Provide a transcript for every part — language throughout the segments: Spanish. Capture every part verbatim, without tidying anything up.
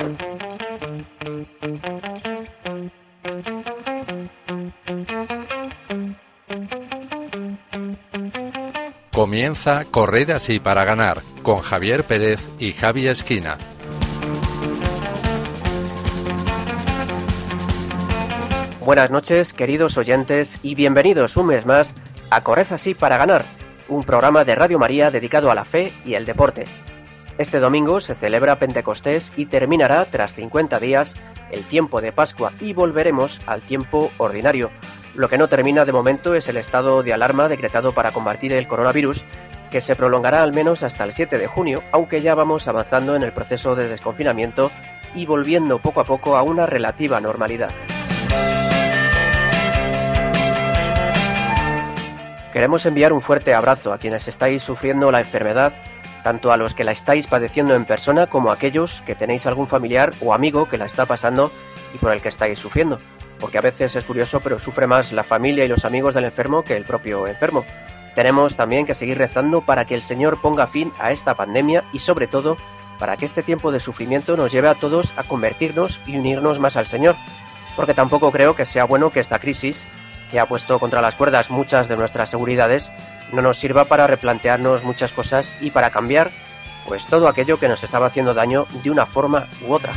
Comienza Corred así para ganar, con Javier Pérez y Javi Esquina. Buenas noches, queridos oyentes, y bienvenidos un mes más a Corred así para ganar, un programa de Radio María dedicado a la fe y el deporte. Este domingo se celebra Pentecostés y terminará, tras cincuenta días, el tiempo de Pascua y volveremos al tiempo ordinario. Lo que no termina de momento es el estado de alarma decretado para combatir el coronavirus, que se prolongará al menos hasta el siete de junio, aunque ya vamos avanzando en el proceso de desconfinamiento y volviendo poco a poco a una relativa normalidad. Queremos enviar un fuerte abrazo a quienes estáis sufriendo la enfermedad, tanto a los que la estáis padeciendo en persona como a aquellos que tenéis algún familiar o amigo que la está pasando y por el que estáis sufriendo. Porque a veces es curioso, pero sufre más la familia y los amigos del enfermo que el propio enfermo. Tenemos también que seguir rezando para que el Señor ponga fin a esta pandemia y sobre todo para que este tiempo de sufrimiento nos lleve a todos a convertirnos y unirnos más al Señor. Porque tampoco creo que sea bueno que esta crisis, que ha puesto contra las cuerdas muchas de nuestras seguridades, no nos sirva para replantearnos muchas cosas y para cambiar pues todo aquello que nos estaba haciendo daño de una forma u otra.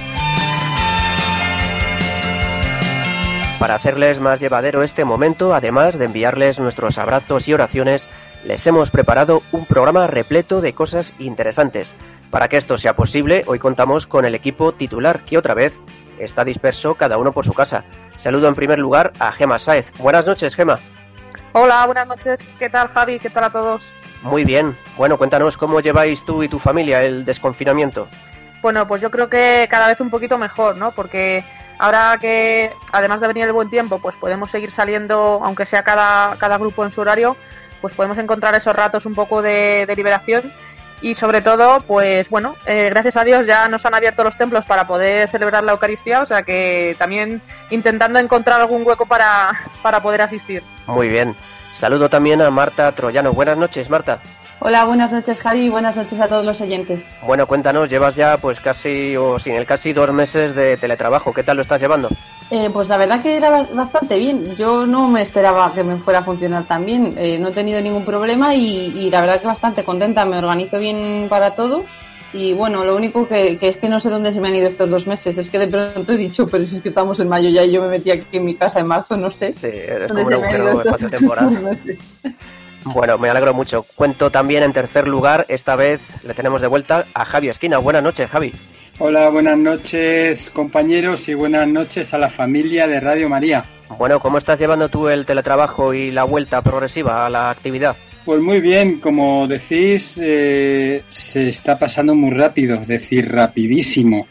Para hacerles más llevadero este momento, además de enviarles nuestros abrazos y oraciones, les hemos preparado un programa repleto de cosas interesantes. Para que esto sea posible, hoy contamos con el equipo titular, que otra vez está disperso cada uno por su casa. Saludo en primer lugar a Gema Sáez. Buenas noches, Gema. Hola, buenas noches. ¿Qué tal, Javi? ¿Qué tal a todos? Muy bien. Bueno, cuéntanos cómo lleváis tú y tu familia el desconfinamiento. Bueno, pues yo creo que cada vez un poquito mejor, ¿no? Porque ahora que, además de venir el buen tiempo, pues podemos seguir saliendo, aunque sea cada, cada grupo en su horario, pues podemos encontrar esos ratos un poco de, de liberación. Y sobre todo, pues bueno, eh, gracias a Dios ya nos han abierto los templos para poder celebrar la Eucaristía, o sea que también intentando encontrar algún hueco para, para poder asistir. Muy bien. Saludo también a Marta Troyano. Buenas noches, Marta. Hola, buenas noches, Javi, y buenas noches a todos los oyentes. Bueno, cuéntanos, llevas ya pues casi, o sin el casi dos meses de teletrabajo. ¿Qué tal lo estás llevando? Eh, pues la verdad que era bastante bien. Yo no me esperaba que me fuera a funcionar tan bien. Eh, no he tenido ningún problema y, y la verdad que bastante contenta. Me organizo bien para todo. Y bueno, lo único que, que es que no sé dónde se me han ido estos dos meses. Es que de pronto he dicho, pero si es que estamos en mayo ya y yo me metí aquí en mi casa en marzo, no sé. Sí, eres como un agujero espacio-temporal. Bueno, me alegro mucho. Cuento también en tercer lugar, esta vez le tenemos de vuelta a Javi Esquina. Buenas noches, Javi. Hola, buenas noches, compañeros, y buenas noches a la familia de Radio María. Bueno, ¿cómo estás llevando tú el teletrabajo y la vuelta progresiva a la actividad? Pues muy bien, como decís, eh, se está pasando muy rápido, es decir, rapidísimo.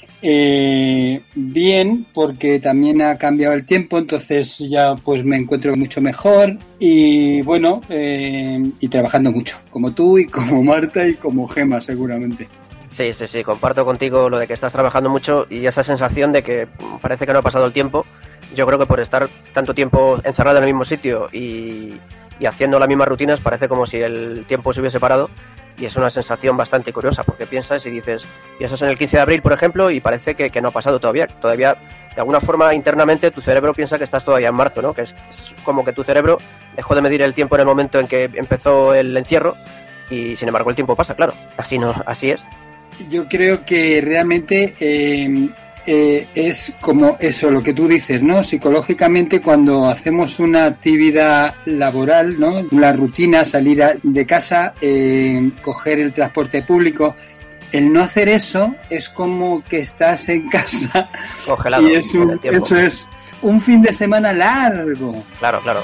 Eh, bien, porque también ha cambiado el tiempo, entonces ya pues me encuentro mucho mejor y bueno, eh, y trabajando mucho, como tú y como Marta y como Gema seguramente. Sí, sí, sí, comparto contigo lo de que estás trabajando mucho y esa sensación de que parece que no ha pasado el tiempo. Yo creo que por estar tanto tiempo encerrado en el mismo sitio y, y haciendo las mismas rutinas parece como si el tiempo se hubiese parado. Y es una sensación bastante curiosa, porque piensas y dices, piensas en el quince de abril, por ejemplo, y parece que, que no ha pasado todavía. Todavía, de alguna forma, internamente, tu cerebro piensa que estás todavía en marzo, ¿no? Que es, es como que tu cerebro dejó de medir el tiempo en el momento en que empezó el encierro, y sin embargo el tiempo pasa, claro. Así no, así es. Yo creo que realmente eh, eh, es como eso, lo que tú dices, ¿no? Psicológicamente, cuando hacemos una actividad laboral, ¿no? La rutina, salir a, de casa, eh, coger el transporte público, el no hacer eso es como que estás en casa congelado. Y es un, eso es un fin de semana largo. Claro, claro.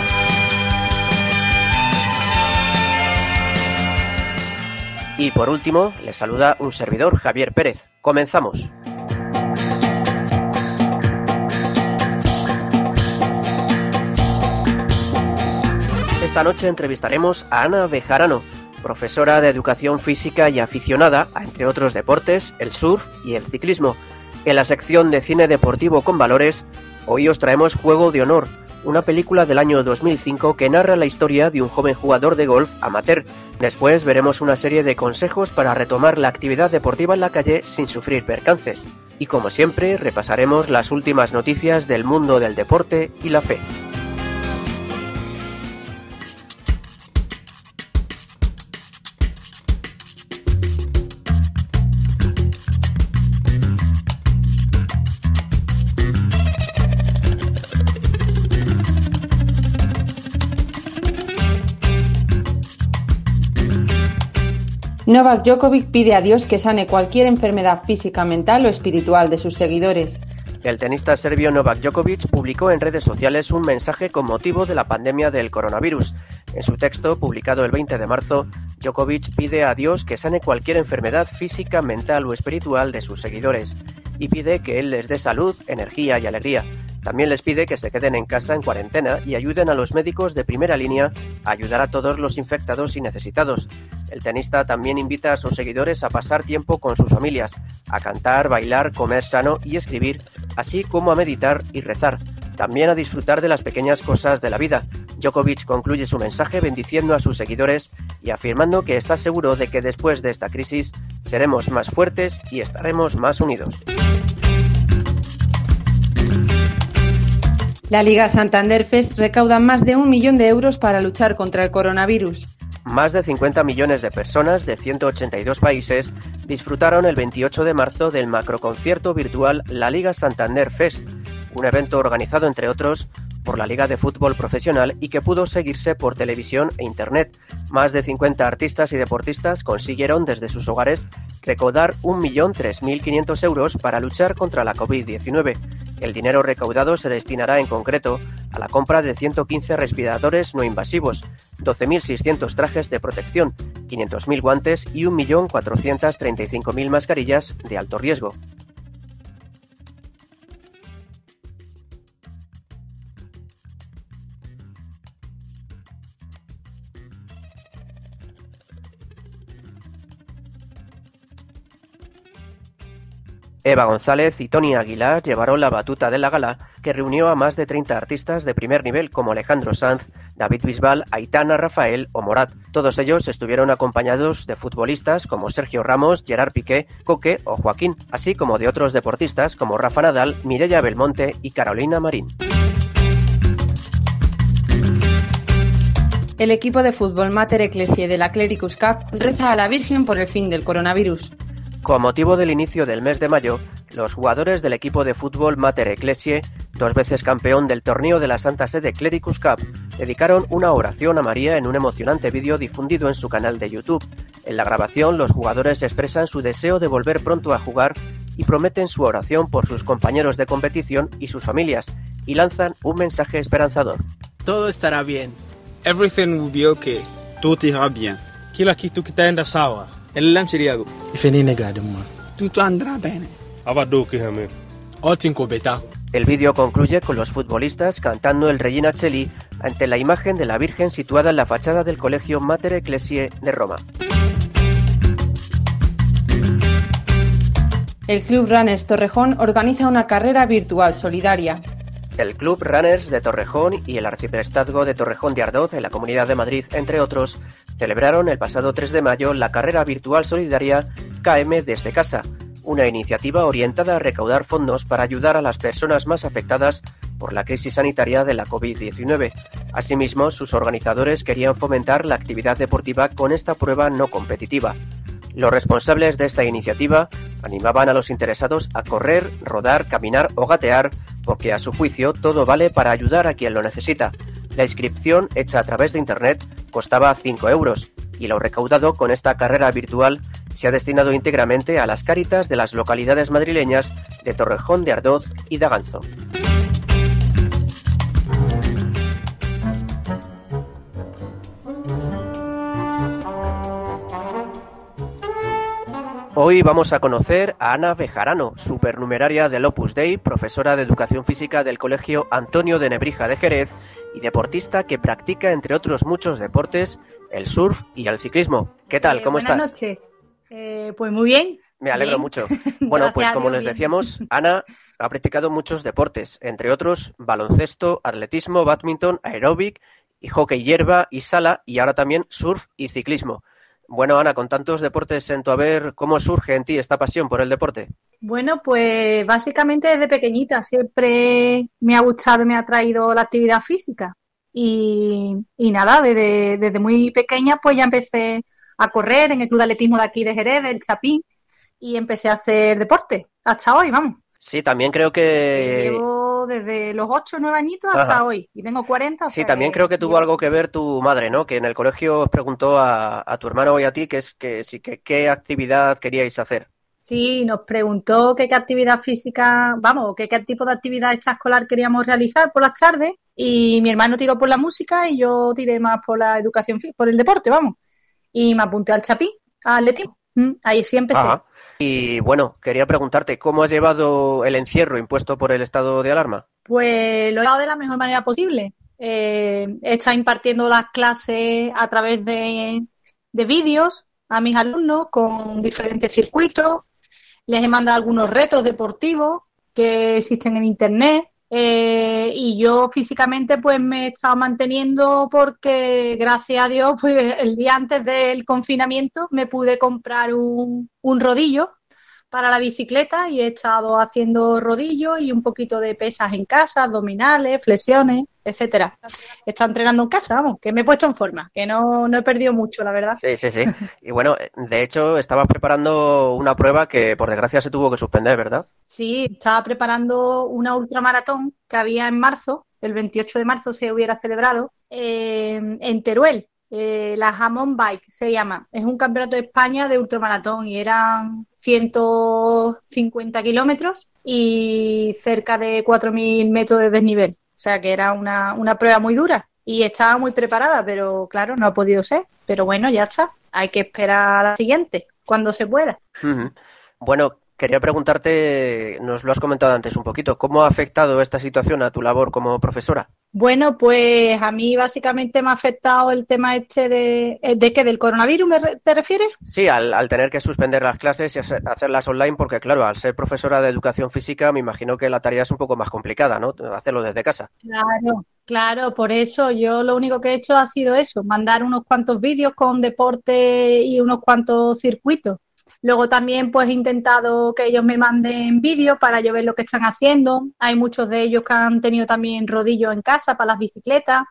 Y por último, les saluda un servidor, Javier Pérez. Comenzamos. Esta noche entrevistaremos a Ana Bejarano, profesora de Educación Física y aficionada a, entre otros deportes, el surf y el ciclismo. En la sección de cine deportivo con valores, hoy os traemos Juego de Honor, una película del año dos mil cinco que narra la historia de un joven jugador de golf amateur. Después veremos una serie de consejos para retomar la actividad deportiva en la calle sin sufrir percances. Y como siempre, repasaremos las últimas noticias del mundo del deporte y la fe. Novak Djokovic pide a Dios que sane cualquier enfermedad física, mental o espiritual de sus seguidores. El tenista serbio Novak Djokovic publicó en redes sociales un mensaje con motivo de la pandemia del coronavirus. En su texto, publicado el veinte de marzo, Djokovic pide a Dios que sane cualquier enfermedad física, mental o espiritual de sus seguidores y pide que Él les dé salud, energía y alegría. También les pide que se queden en casa en cuarentena y ayuden a los médicos de primera línea a ayudar a todos los infectados y necesitados. El tenista también invita a sus seguidores a pasar tiempo con sus familias, a cantar, bailar, comer sano y escribir, así como a meditar y rezar. También a disfrutar de las pequeñas cosas de la vida. Djokovic concluye su mensaje bendiciendo a sus seguidores y afirmando que está seguro de que después de esta crisis seremos más fuertes y estaremos más unidos. La Liga Santander Fest recauda más de un millón de euros para luchar contra el coronavirus. Más de cincuenta millones de personas de ciento ochenta y dos países disfrutaron el veintiocho de marzo del macroconcierto virtual La Liga Santander Fest, un evento organizado, entre otros, por la Liga de Fútbol Profesional y que pudo seguirse por televisión e internet. Más de cincuenta artistas y deportistas consiguieron desde sus hogares recaudar un millón tres mil quinientos euros para luchar contra la covid diecinueve. El dinero recaudado se destinará en concreto a la compra de ciento quince respiradores no invasivos, doce mil seiscientos trajes de protección, quinientos mil guantes y un millón cuatrocientos treinta y cinco mil mascarillas de alto riesgo. Eva González y Tony Aguilar llevaron la batuta de la gala, que reunió a más de treinta artistas de primer nivel como Alejandro Sanz, David Bisbal, Aitana, Rafael o Morat. Todos ellos estuvieron acompañados de futbolistas como Sergio Ramos, Gerard Piqué, Coque o Joaquín, así como de otros deportistas como Rafa Nadal, Mireia Belmonte y Carolina Marín. El equipo de fútbol Mater Ecclesiae de la Clericus Cup reza a la Virgen por el fin del coronavirus. Con motivo del inicio del mes de mayo, los jugadores del equipo de fútbol Mater Ecclesiae, dos veces campeón del torneo de la Santa Sede Clericus Cup, dedicaron una oración a María en un emocionante vídeo difundido en su canal de YouTube. En la grabación, los jugadores expresan su deseo de volver pronto a jugar y prometen su oración por sus compañeros de competición y sus familias, y lanzan un mensaje esperanzador. Todo estará bien. Everything will be okay. Tudo irá bien. Kila kitu kitaenda sawa. Eല്ലാം ശരിയാകും. Ifenine gadumma. Tutto andrà bene. Abadoke hame. Otinko beta. El vídeo concluye con los futbolistas cantando el Regina Coeli ante la imagen de la Virgen situada en la fachada del colegio Mater Ecclesiae de Roma. El Club Runners Torrejón organiza una carrera virtual solidaria. El Club Runners de Torrejón y el Arciprestazgo de Torrejón de Ardoz, en la Comunidad de Madrid, entre otros, celebraron el pasado tres de mayo la carrera virtual solidaria K M desde casa, una iniciativa orientada a recaudar fondos para ayudar a las personas más afectadas por la crisis sanitaria de la covid diecinueve. Asimismo, sus organizadores querían fomentar la actividad deportiva con esta prueba no competitiva. Los responsables de esta iniciativa animaban a los interesados a correr, rodar, caminar o gatear, porque a su juicio todo vale para ayudar a quien lo necesita. La inscripción, hecha a través de internet, costaba cinco euros y lo recaudado con esta carrera virtual se ha destinado íntegramente a las Cáritas de las localidades madrileñas de Torrejón de Ardoz y Daganzo. Hoy vamos a conocer a Ana Bejarano, supernumeraria del Opus Dei, profesora de Educación Física del Colegio Antonio de Nebrija de Jerez y deportista que practica, entre otros muchos deportes, el surf y el ciclismo. ¿Qué tal? Eh, ¿Cómo buenas estás? Buenas noches. Eh, pues muy bien. Me alegro Bien. mucho. Bueno, Gracias pues a como Dios, les bien. decíamos, Ana ha practicado muchos deportes, entre otros baloncesto, atletismo, bádminton, aeróbic y hockey hierba y sala, y ahora también surf y ciclismo. Bueno, Ana, con tantos deportes en tu haber, ¿cómo surge en ti esta pasión por el deporte? Bueno, pues básicamente desde pequeñita siempre me ha gustado, me ha atraído la actividad física. Y, y nada, desde, desde muy pequeña pues ya empecé a correr en el club de atletismo de aquí de Jerez, del Chapín, y empecé a hacer deporte hasta hoy, vamos. Sí, también creo Que que... llevo desde los ocho o nueve añitos hasta Ajá. hoy. Y tengo cuarenta, o Sí, sea también creo que que tuvo llevo... algo que ver tu madre, ¿no? Que en el colegio os preguntó a, a tu hermano y a ti que es que sí que qué actividad queríais hacer. Sí, nos preguntó que qué actividad física, vamos, que qué tipo de actividad extraescolar queríamos realizar por las tardes, y mi hermano tiró por la música y yo tiré más por la educación, fí- por el deporte, vamos. Y me apunté al Chapín, al atletismo. Mm, Ahí sí empecé. Ajá. Y bueno, quería preguntarte, ¿cómo has llevado el encierro impuesto por el estado de alarma? Pues lo he llevado de la mejor manera posible. Eh, he estado impartiendo las clases a través de, de vídeos a mis alumnos con diferentes circuitos. Les he mandado algunos retos deportivos que existen en internet, eh, y yo físicamente pues me he estado manteniendo porque gracias a Dios pues el día antes del confinamiento me pude comprar un, un rodillo para la bicicleta y he estado haciendo rodillos y un poquito de pesas en casa, abdominales, flexiones, etcétera. He estado entrenando en casa, vamos, que me he puesto en forma, que no, no he perdido mucho, la verdad. Sí, sí, sí. Y bueno, de hecho, estabas preparando una prueba que por desgracia se tuvo que suspender, ¿verdad? Sí, estaba preparando una ultramaratón que había en marzo, el veintiocho de marzo se hubiera celebrado, eh, en Teruel, eh, la Jamón Bike se llama. Es un campeonato de España de ultramaratón y eran ciento cincuenta kilómetros y cerca de cuatro mil metros de desnivel. O sea que era una, una prueba muy dura y estaba muy preparada, pero claro, no ha podido ser. Pero bueno, ya está. Hay que esperar a la siguiente, cuando se pueda. Ujú. Bueno, quería preguntarte, nos lo has comentado antes un poquito, ¿cómo ha afectado esta situación a tu labor como profesora? Bueno, pues a mí básicamente me ha afectado el tema este de, ¿de qué? ¿Del coronavirus me re- te refieres? Sí, al, al tener que suspender las clases y hacer- hacerlas online, porque claro, al ser profesora de educación física, me imagino que la tarea es un poco más complicada, ¿no? Hacerlo desde casa. Claro, claro, por eso yo lo único que he hecho ha sido eso, mandar unos cuantos vídeos con deporte y unos cuantos circuitos. Luego también pues he intentado que ellos me manden vídeos para yo ver lo que están haciendo. Hay muchos de ellos que han tenido también rodillos en casa para las bicicletas.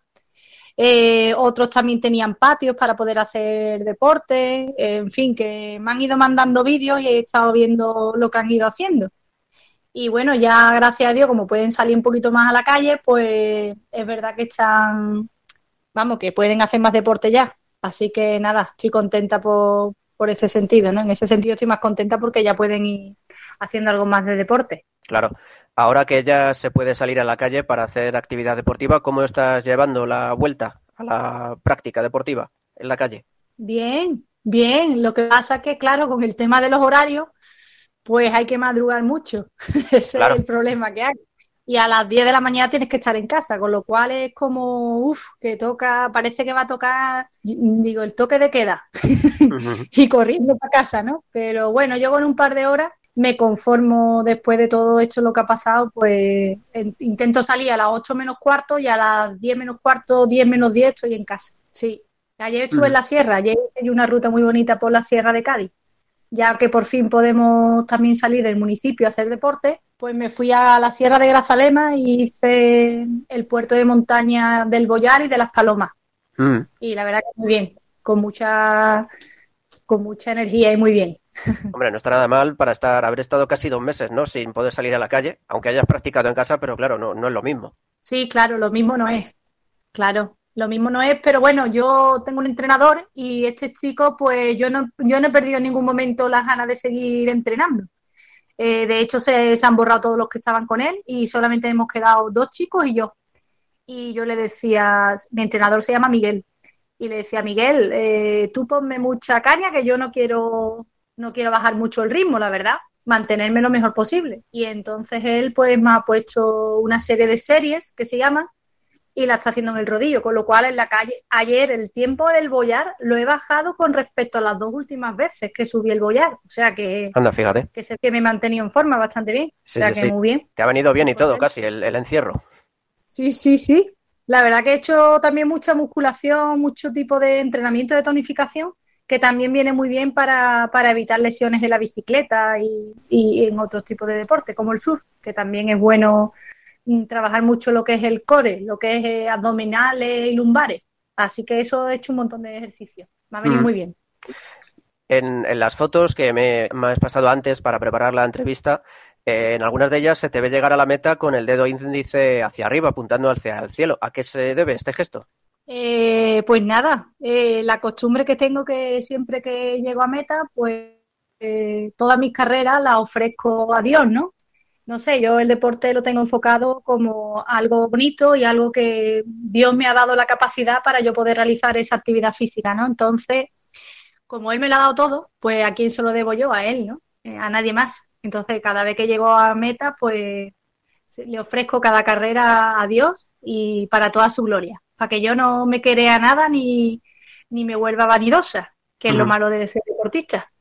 Eh, otros también tenían patios para poder hacer deporte. Eh, en fin, que me han ido mandando vídeos y he estado viendo lo que han ido haciendo. Y bueno, ya gracias a Dios, como pueden salir un poquito más a la calle, pues es verdad que están, vamos, que pueden hacer más deporte ya. Así que nada, estoy contenta por, por ese sentido, ¿no? En ese sentido estoy más contenta porque ya pueden ir haciendo algo más de deporte. Claro. Ahora que ya se puede salir a la calle para hacer actividad deportiva, ¿cómo estás llevando la vuelta a la práctica deportiva en la calle? Bien, bien. Lo que pasa es que, claro, con el tema de los horarios, pues hay que madrugar mucho. Ese Claro. es el problema que hay. Y a las diez de la mañana tienes que estar en casa, con lo cual es como, uff, que toca, parece que va a tocar, digo, el toque de queda Ujú. y corriendo para casa, ¿no? Pero bueno, yo con un par de horas me conformo después de todo esto lo que ha pasado, pues en- intento salir a las ocho menos cuarto y a las diez menos cuarto, diez menos diez estoy en casa. Sí. Ayer estuve en Ujú. la sierra, ayer hice una ruta muy bonita por la sierra de Cádiz, ya que por fin podemos también salir del municipio a hacer deporte, pues me fui a la Sierra de Grazalema y hice el puerto de montaña del Boyar y de Las Palomas. Mm. Y la verdad que muy bien, con mucha, con mucha energía y muy bien. Hombre, no está nada mal para estar, haber estado casi dos meses, ¿no? Sin poder salir a la calle, aunque hayas practicado en casa, pero claro, no, no es lo mismo. Sí, claro, lo mismo no es, claro, lo mismo no es, pero bueno, yo tengo un entrenador y este chico, pues yo no, yo no he perdido en ningún momento las ganas de seguir entrenando. Eh, de hecho, se, se han borrado todos los que estaban con él y solamente hemos quedado dos chicos y yo. Y yo le decía, mi entrenador se llama Miguel, y le decía, Miguel, eh, tú ponme mucha caña que yo no quiero, no quiero bajar mucho el ritmo, la verdad, mantenerme lo mejor posible. Y entonces él pues me ha puesto una serie de series que se llaman y la está haciendo en el rodillo, con lo cual en la calle, ayer el tiempo del bollar lo he bajado con respecto a las dos últimas veces que subí el bollar, o sea que, Anda, fíjate. que sé que me he mantenido en forma bastante bien, Sí, o sea sí, que sí. muy bien. Te ha venido bien y todo, casi, el, el encierro. Sí, sí, sí. La verdad que he hecho también mucha musculación, mucho tipo de entrenamiento de tonificación, que también viene muy bien para, para evitar lesiones en la bicicleta y, y en otros tipos de deporte, como el surf, que también es bueno mm, trabajar mucho lo que es el core, lo que es eh, abdominales y lumbares. Así que eso he hecho un montón de ejercicios. Me ha venido Mm. muy bien. En, en las fotos que me, me has pasado antes para preparar la entrevista, eh, en algunas de ellas se te ve llegar a la meta con el dedo índice hacia arriba, apuntando hacia el cielo. ¿A qué se debe este gesto? Eh, pues nada, eh, la costumbre que tengo que siempre que llego a meta, pues eh, todas mis carreras las ofrezco a Dios, ¿no? No sé, yo el deporte lo tengo enfocado como algo bonito y algo que Dios me ha dado la capacidad para yo poder realizar esa actividad física, ¿no? Entonces, como Él me lo ha dado todo, pues ¿a quién se lo debo yo? A Él, ¿no? Eh, a nadie más. Entonces, cada vez que llego a meta, pues le ofrezco cada carrera a Dios y para toda su gloria, para que yo no me crea nada ni, ni me vuelva vanidosa, que es lo Mm. malo de ser deportista.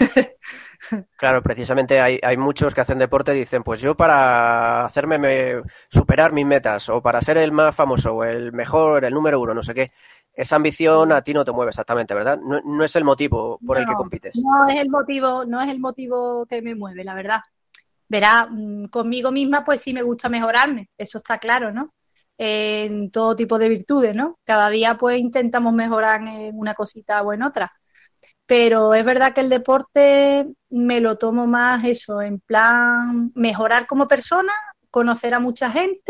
Claro, precisamente hay, hay muchos que hacen deporte y dicen, pues yo para hacerme me- superar mis metas o para ser el más famoso o el mejor, el número uno, no sé qué, esa ambición a ti no te mueve exactamente, ¿verdad? No, no es el motivo por el que No, compites. no es el motivo, no es el motivo que me mueve, la verdad. Verá, mm, conmigo misma pues sí me gusta mejorarme, eso está claro, ¿no? En todo tipo de virtudes, ¿no? Cada día pues intentamos mejorar en una cosita o en otra. Pero es verdad que el deporte me lo tomo más eso, en plan mejorar como persona, conocer a mucha gente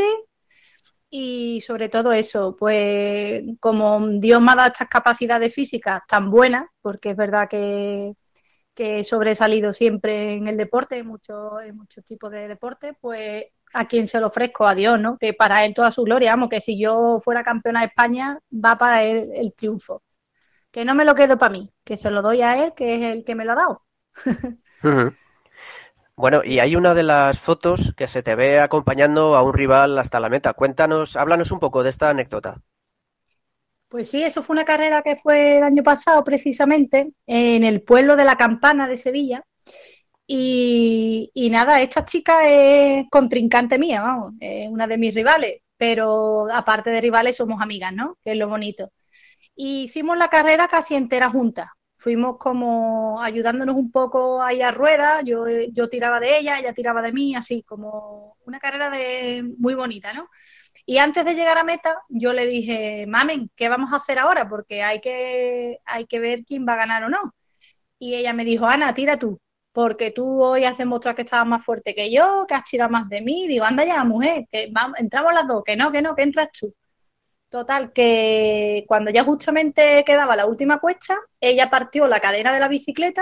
y sobre todo eso, pues como Dios me ha dado estas capacidades físicas tan buenas, porque es verdad que, que he sobresalido siempre en el deporte, en muchos, en muchos tipos de deporte, pues a quien se lo ofrezco, a Dios, ¿no? Que para él toda su gloria, vamos, que si yo fuera campeona de España, va para él el triunfo. Que no me lo quedo para mí, que se lo doy a él, que es el que me lo ha dado. Ujú. Bueno, y hay una de las fotos que se te ve acompañando a un rival hasta la meta. Cuéntanos, háblanos un poco de esta anécdota. Pues sí, eso fue una carrera que fue el año pasado precisamente en el pueblo de La Campana de Sevilla. Y, y nada, esta chica es contrincante mía, vamos, es una de mis rivales, pero aparte de rivales somos amigas, ¿no? Que es lo bonito. Y hicimos la carrera casi entera juntas. Fuimos como ayudándonos un poco ahí a ruedas, yo, yo tiraba de ella, ella tiraba de mí, así como una carrera de muy bonita, ¿no? Y antes de llegar a meta, yo le dije, mamen, ¿qué vamos a hacer ahora? Porque hay que, hay que ver quién va a ganar o no. Y ella me dijo, Ana, tira tú, porque tú hoy has demostrado que estabas más fuerte que yo, que has tirado más de mí. Digo, anda ya, mujer, que vamos, entramos las dos, que no, que no, que entras tú. Total, que cuando ya justamente quedaba la última cuesta, ella partió la cadena de la bicicleta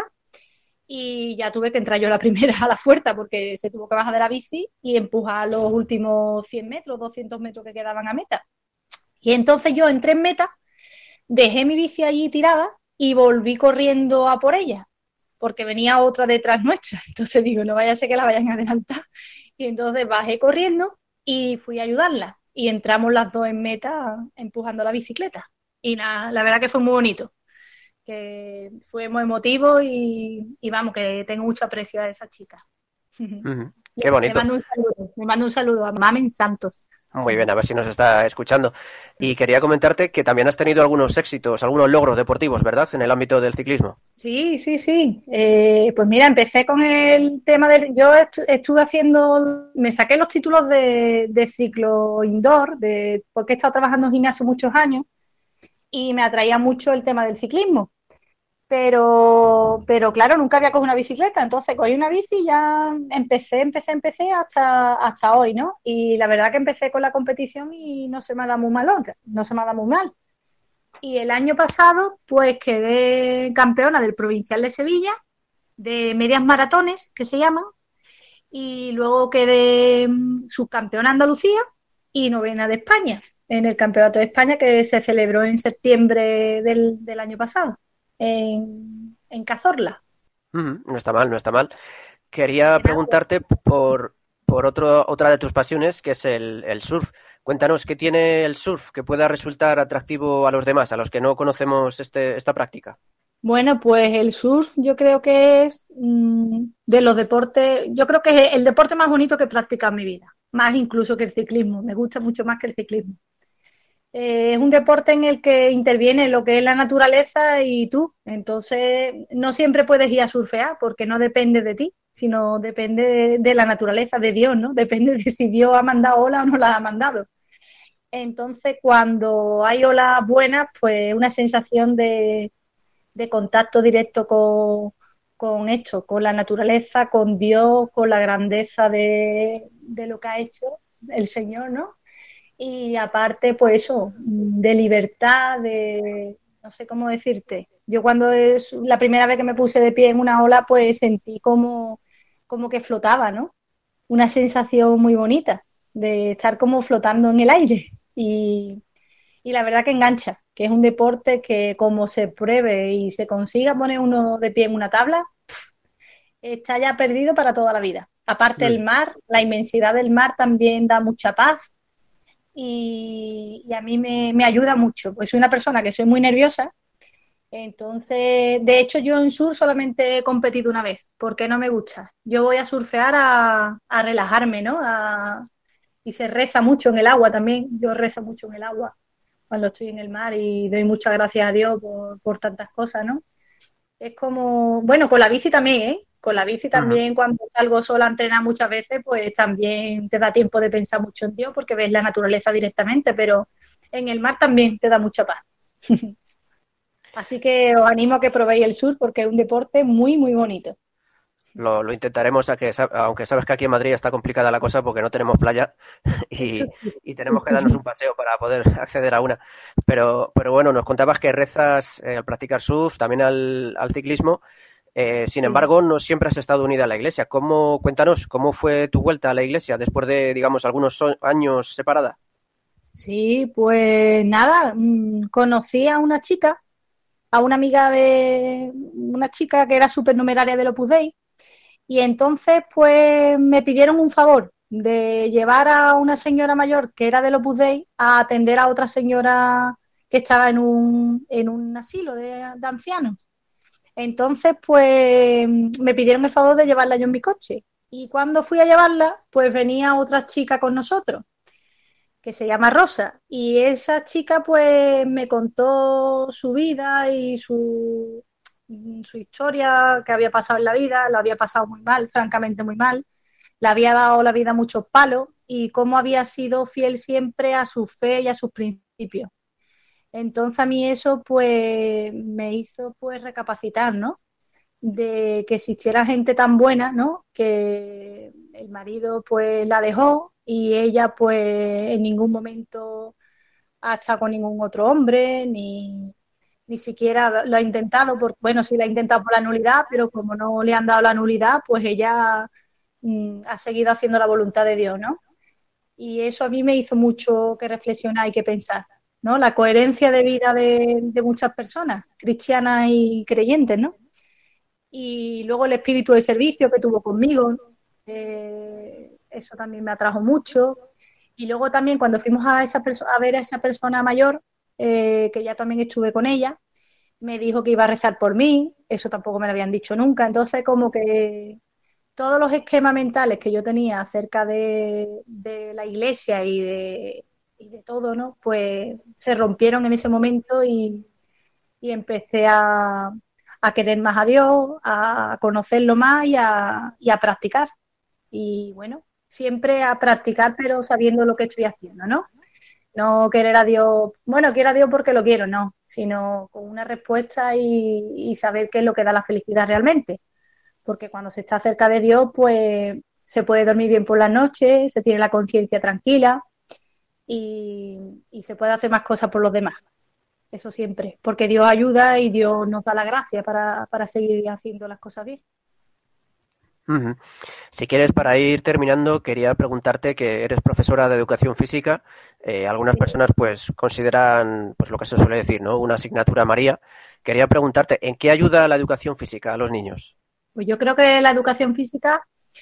y ya tuve que entrar yo la primera a la fuerza porque se tuvo que bajar de la bici y empujar los últimos cien metros, doscientos metros que quedaban a meta. Y entonces yo entré en meta, dejé mi bici allí tirada y volví corriendo a por ella, porque venía otra detrás nuestra. Entonces digo, no vaya a ser que la vayan a adelantar. Y entonces bajé corriendo y fui a ayudarla. Y entramos las dos en meta empujando la bicicleta. Y nada, la verdad que fue muy bonito. Que fue muy emotivo y, y vamos, que tengo mucho aprecio a esa chica. Ujú. Le, Qué le bonito. mando un saludo, le mando un saludo a Mamen Santos. Muy bien, a ver si nos está escuchando. Y quería comentarte que también has tenido algunos éxitos, algunos logros deportivos, ¿verdad? En el ámbito del ciclismo. Sí, sí, sí. Eh, pues mira, empecé con el tema del... Yo estu- estuve haciendo... Me saqué los títulos de, de ciclo indoor, de, porque he estado trabajando en gimnasio muchos años y me atraía mucho el tema del ciclismo. Pero, pero claro, nunca había cogido una bicicleta, entonces cogí una bici y ya empecé, empecé, empecé hasta, hasta hoy, ¿no? Y la verdad que empecé con la competición y no se me ha dado muy mal, no se me ha dado muy mal. Y el año pasado, pues quedé campeona del Provincial de Sevilla, de medias maratones, que se llaman, y luego quedé mm, subcampeona de Andalucía y novena de España, en el Campeonato de España que se celebró en septiembre del, del año pasado, en, en Cazorla. Ujú. No está mal, no está mal. Quería preguntarte por, por otro, otra de tus pasiones, que es el, el surf. Cuéntanos, ¿qué tiene el surf que pueda resultar atractivo a los demás, a los que no conocemos este, esta práctica? Bueno, pues el surf yo creo que es mmm, de los deportes, yo creo que es el deporte más bonito que he practicado en mi vida, más incluso que el ciclismo, me gusta mucho más que el ciclismo. Eh, es un deporte en el que interviene lo que es la naturaleza y tú, entonces no siempre puedes ir a surfear porque no depende de ti, sino depende de, de la naturaleza, de Dios, ¿no? Depende de si Dios ha mandado olas o no las ha mandado. Entonces, cuando hay olas buenas, pues una sensación de, de contacto directo con, con esto, con la naturaleza, con Dios, con la grandeza de, de lo que ha hecho el Señor, ¿no? Y aparte, pues eso, de libertad, de no sé cómo decirte. Yo cuando es la primera vez que me puse de pie en una ola, pues sentí como, como que flotaba, ¿no? Una sensación muy bonita de estar como flotando en el aire. Y, y la verdad que engancha, que es un deporte que como se pruebe y se consiga poner uno de pie en una tabla, pff, está ya perdido para toda la vida. Aparte el mar, la inmensidad del mar también da mucha paz. Y, y a mí me, me ayuda mucho, pues soy una persona que soy muy nerviosa, entonces, de hecho yo en surf solamente he competido una vez, porque no me gusta. Yo voy a surfear a, a relajarme, ¿no? A, y se reza mucho en el agua también, yo rezo mucho en el agua cuando estoy en el mar y doy muchas gracias a Dios por, por tantas cosas, ¿no? Es como, bueno, con la bici también, ¿eh? Con la bici también, uh-huh. Cuando salgo sola a entrenar muchas veces, pues también te da tiempo de pensar mucho en Dios porque ves la naturaleza directamente, pero en el mar también te da mucha paz. Así que os animo a que probéis el surf porque es un deporte muy, muy bonito. Lo, lo intentaremos, a que, aunque sabes que aquí en Madrid está complicada la cosa porque no tenemos playa y, y tenemos que darnos un paseo para poder acceder a una. Pero, pero bueno, nos contabas que rezas eh, al practicar surf, también al, al ciclismo. Eh, sin embargo, no siempre has estado unida a la iglesia. ¿Cómo, cuéntanos, cómo fue tu vuelta a la iglesia después de, digamos, algunos años separada? Sí, pues nada, conocí a una chica, a una amiga de una chica que era supernumeraria del Opus Dei, y entonces pues me pidieron un favor de llevar a una señora mayor que era del Opus Dei a atender a otra señora que estaba en un, en un asilo de, de ancianos. Entonces, pues me pidieron el favor de llevarla yo en mi coche. Y cuando fui a llevarla, pues venía otra chica con nosotros, que se llama Rosa. Y esa chica, pues me contó su vida y su, su historia que había pasado en la vida. La había pasado muy mal, francamente muy mal. Le había dado la vida muchos palos y cómo había sido fiel siempre a su fe y a sus principios. Entonces a mí eso pues me hizo pues recapacitar, ¿no? De que existiera gente tan buena, ¿no? Que el marido pues la dejó y ella pues en ningún momento ha estado con ningún otro hombre, ni, ni siquiera lo ha intentado, por, bueno, sí la ha intentado por la nulidad, pero como no le han dado la nulidad, pues ella mm, ha seguido haciendo la voluntad de Dios, ¿no? Y eso a mí me hizo mucho que reflexionar y que pensar, ¿no? La coherencia de vida de, de muchas personas, cristianas y creyentes, ¿no? Y luego el espíritu de servicio que tuvo conmigo, eh, eso también me atrajo mucho. Y luego también cuando fuimos a, esa perso- a ver a esa persona mayor, eh, que ya también estuve con ella, me dijo que iba a rezar por mí, eso tampoco me lo habían dicho nunca, entonces como que todos los esquemas mentales que yo tenía acerca de, de la iglesia y de, y de todo, ¿no? Pues se rompieron en ese momento y, y empecé a, a querer más a Dios, a conocerlo más y a, y a practicar. Y bueno, siempre a practicar pero sabiendo lo que estoy haciendo, ¿no? No querer a Dios, bueno, quiero a Dios porque lo quiero, no, sino con una respuesta y, y saber qué es lo que da la felicidad realmente. Porque cuando se está cerca de Dios, pues se puede dormir bien por las noches, se tiene la conciencia tranquila y, y se puede hacer más cosas por los demás. Eso siempre, porque Dios ayuda y Dios nos da la gracia para, para seguir haciendo las cosas bien. Uh-huh. Si quieres, para ir terminando, quería preguntarte que eres profesora de educación física. Eh, algunas personas pues consideran pues lo que se suele decir, ¿no? Una asignatura María. Quería preguntarte, ¿en qué ayuda la educación física a los niños? Pues yo creo que la educación física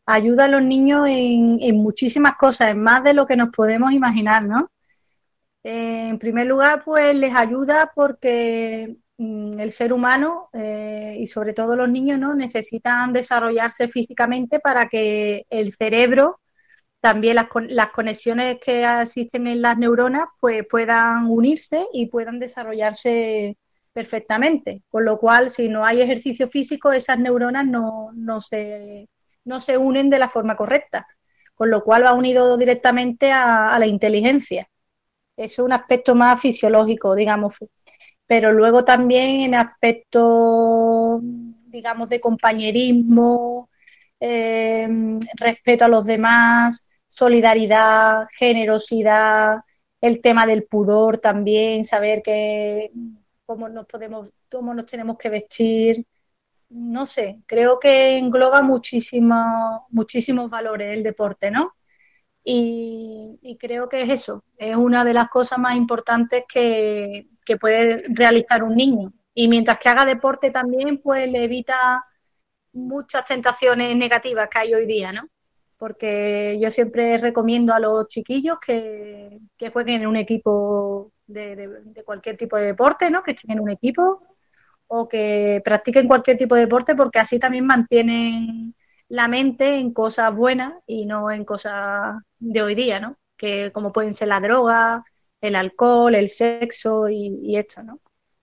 ayuda a los niños en, en muchísimas cosas, en más de lo que nos podemos imaginar, ¿no? Eh, en primer lugar, pues les ayuda porque mm, el ser humano eh, y sobre todo los niños, ¿no?, necesitan desarrollarse físicamente para que el cerebro, también las, las conexiones que existen en las neuronas, pues puedan unirse y puedan desarrollarse perfectamente. Con lo cual, si no hay ejercicio físico, esas neuronas no, no se, no se unen de la forma correcta. Con lo cual va unido directamente a, a la inteligencia. Eso es un aspecto más fisiológico, digamos. Pero luego también en aspectos, digamos, de compañerismo, eh, respeto a los demás, solidaridad, generosidad, el tema del pudor también, saber que cómo nos podemos, cómo nos tenemos que vestir. No sé, creo que engloba muchísimo, muchísimos valores el deporte, ¿no? Y, y creo que es eso, es una de las cosas más importantes que, que puede realizar un niño. Y mientras que haga deporte también, pues le evita muchas tentaciones negativas que hay hoy día, ¿no? Porque yo siempre recomiendo a los chiquillos que, que jueguen en un equipo de, de, de cualquier tipo de deporte, ¿no? Que estén en un equipo o que practiquen cualquier tipo de deporte, porque así también mantienen la mente en cosas buenas y no en cosas de hoy día, ¿no? Que como pueden ser la droga, el alcohol, el sexo y, y esto, ¿no?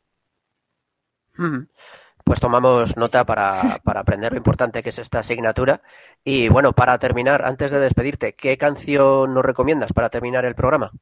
Mm. Pues tomamos nota para, para aprender lo importante que es esta asignatura. Y bueno, para terminar, antes de despedirte, ¿qué canción nos recomiendas para terminar el programa?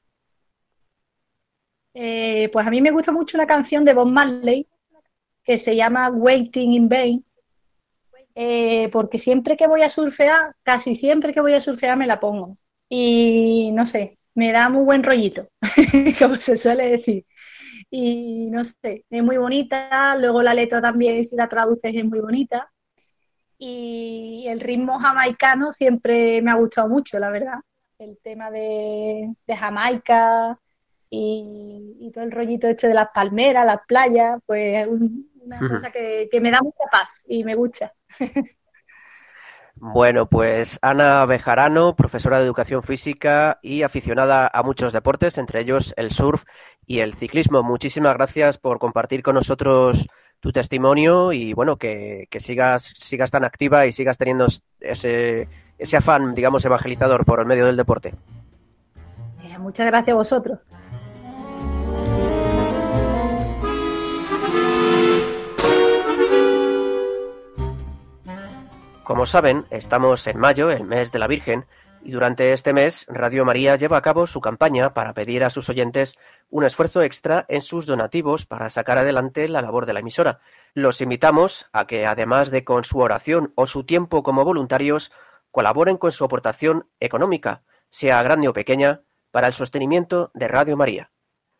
Eh, pues a mí me gusta mucho una canción de Bob Marley que se llama Waiting in Vain. Eh, porque siempre que voy a surfear, casi siempre que voy a surfear me la pongo. Y no sé, me da muy buen rollito, como se suele decir. Y no sé, es muy bonita. Luego la letra también, si la traduces, es muy bonita. Y el ritmo jamaicano siempre me ha gustado mucho, la verdad. El tema de, de Jamaica y, y todo el rollito este de las palmeras, las playas, pues es un, una cosa que, que me da mucha paz y me gusta. Bueno, pues Ana Bejarano, profesora de Educación Física y aficionada a muchos deportes, entre ellos el surf y el ciclismo. Muchísimas gracias por compartir con nosotros tu testimonio y bueno, que, que sigas, sigas tan activa y sigas teniendo ese, ese afán, digamos, evangelizador por el medio del deporte. Eh, muchas gracias a vosotros. Como saben, estamos en mayo, el mes de la Virgen, y durante este mes Radio María lleva a cabo su campaña para pedir a sus oyentes un esfuerzo extra en sus donativos para sacar adelante la labor de la emisora. Los invitamos a que, además de con su oración o su tiempo como voluntarios, colaboren con su aportación económica, sea grande o pequeña, para el sostenimiento de Radio María.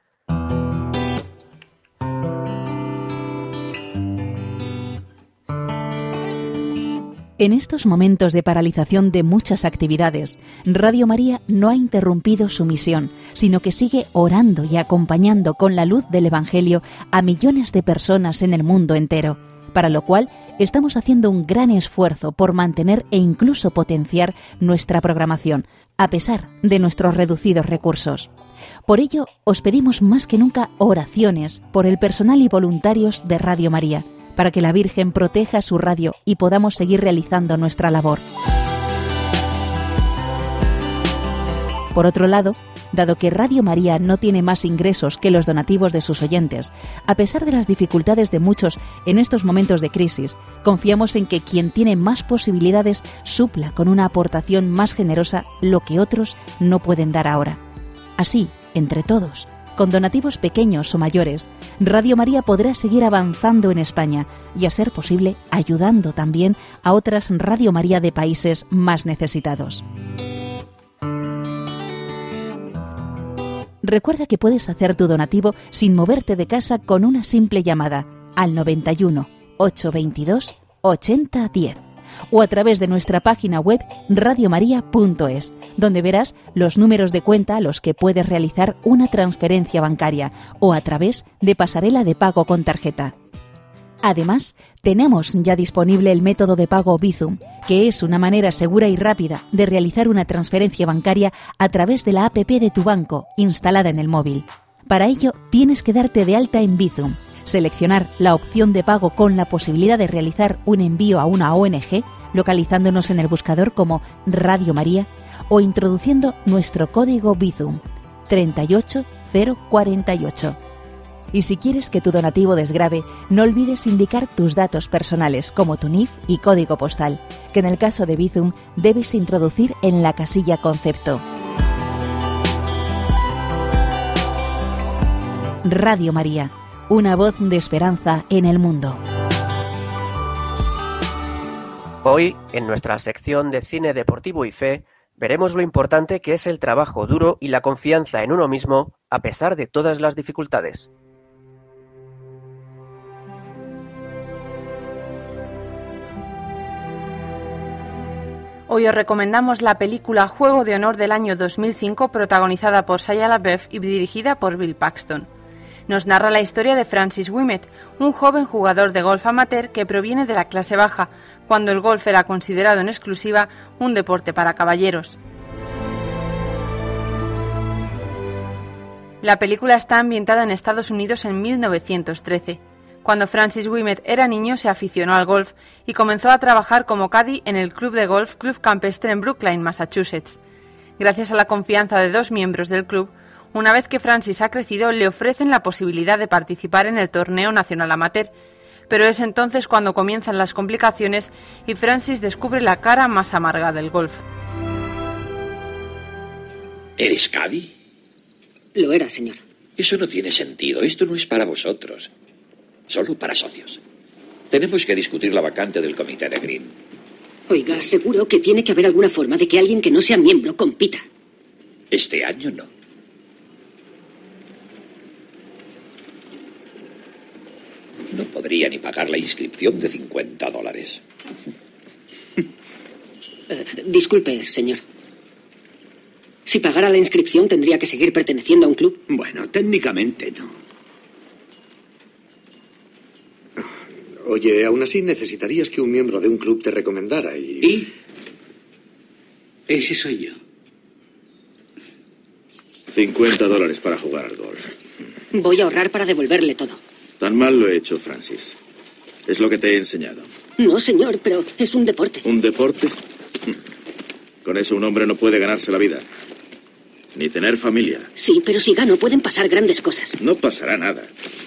En estos momentos de paralización de muchas actividades, Radio María no ha interrumpido su misión, sino que sigue orando y acompañando con la luz del Evangelio a millones de personas en el mundo entero, para lo cual estamos haciendo un gran esfuerzo por mantener e incluso potenciar nuestra programación, a pesar de nuestros reducidos recursos. Por ello, os pedimos más que nunca oraciones por el personal y voluntarios de Radio María, para que la Virgen proteja su radio y podamos seguir realizando nuestra labor. Por otro lado, dado que Radio María no tiene más ingresos que los donativos de sus oyentes, a pesar de las dificultades de muchos en estos momentos de crisis, confiamos en que quien tiene más posibilidades supla con una aportación más generosa lo que otros no pueden dar ahora. Así, entre todos, con donativos pequeños o mayores, Radio María podrá seguir avanzando en España y, a ser posible, ayudando también a otras Radio María de países más necesitados. Recuerda que puedes hacer tu donativo sin moverte de casa con una simple llamada al noventa y uno, ochocientos veintidós, ochenta diez o a través de nuestra página web radio maría punto es, donde verás los números de cuenta a los que puedes realizar una transferencia bancaria o a través de pasarela de pago con tarjeta. Además, tenemos ya disponible el método de pago Bizum, que es una manera segura y rápida de realizar una transferencia bancaria a través de la app de tu banco, instalada en el móvil. Para ello, tienes que darte de alta en Bizum, seleccionar la opción de pago con la posibilidad de realizar un envío a una O N G, localizándonos en el buscador como Radio María, o introduciendo nuestro código Bizum, treinta y ocho cero cuarenta y ocho. Y si quieres que tu donativo desgrave, no olvides indicar tus datos personales como tu N I F y código postal, que en el caso de Bizum debes introducir en la casilla concepto. Radio María, una voz de esperanza en el mundo. Hoy, en nuestra sección de cine deportivo y fe, veremos lo importante que es el trabajo duro y la confianza en uno mismo a pesar de todas las dificultades. Hoy os recomendamos la película Juego de Honor del año dos mil cinco, protagonizada por Shia LaBeouf y dirigida por Bill Paxton. Nos narra la historia de Francis Ouimet, un joven jugador de golf amateur que proviene de la clase baja, cuando el golf era considerado en exclusiva un deporte para caballeros. La película está ambientada en Estados Unidos en mil novecientos trece. Cuando Francis Ouimet era niño se aficionó al golf y comenzó a trabajar como caddy en el club de golf Club Campestre en Brookline, Massachusetts. Gracias a la confianza de dos miembros del club, una vez que Francis ha crecido, le ofrecen la posibilidad de participar en el torneo nacional amateur, pero es entonces cuando comienzan las complicaciones y Francis descubre la cara más amarga del golf. ¿Eres caddy? Lo era, señor. Eso no tiene sentido. Esto no es para vosotros. Solo para socios. Tenemos que discutir la vacante del comité de Green. Oiga, seguro que tiene que haber alguna forma de que alguien que no sea miembro compita. Este año no. No podría ni pagar la inscripción de cincuenta dólares. Uh, disculpe, señor. Si pagara la inscripción, ¿tendría que seguir perteneciendo a un club? Bueno, técnicamente no. Oye, aún así necesitarías que un miembro de un club te recomendara y... ¿Y? Ese soy yo. cincuenta dólares para jugar al golf. Voy a ahorrar para devolverle todo. Tan mal lo he hecho, Francis. Es lo que te he enseñado. No, señor, pero es un deporte. ¿Un deporte? Con eso un hombre no puede ganarse la vida. Ni tener familia. Sí, pero si gano pueden pasar grandes cosas. No pasará nada.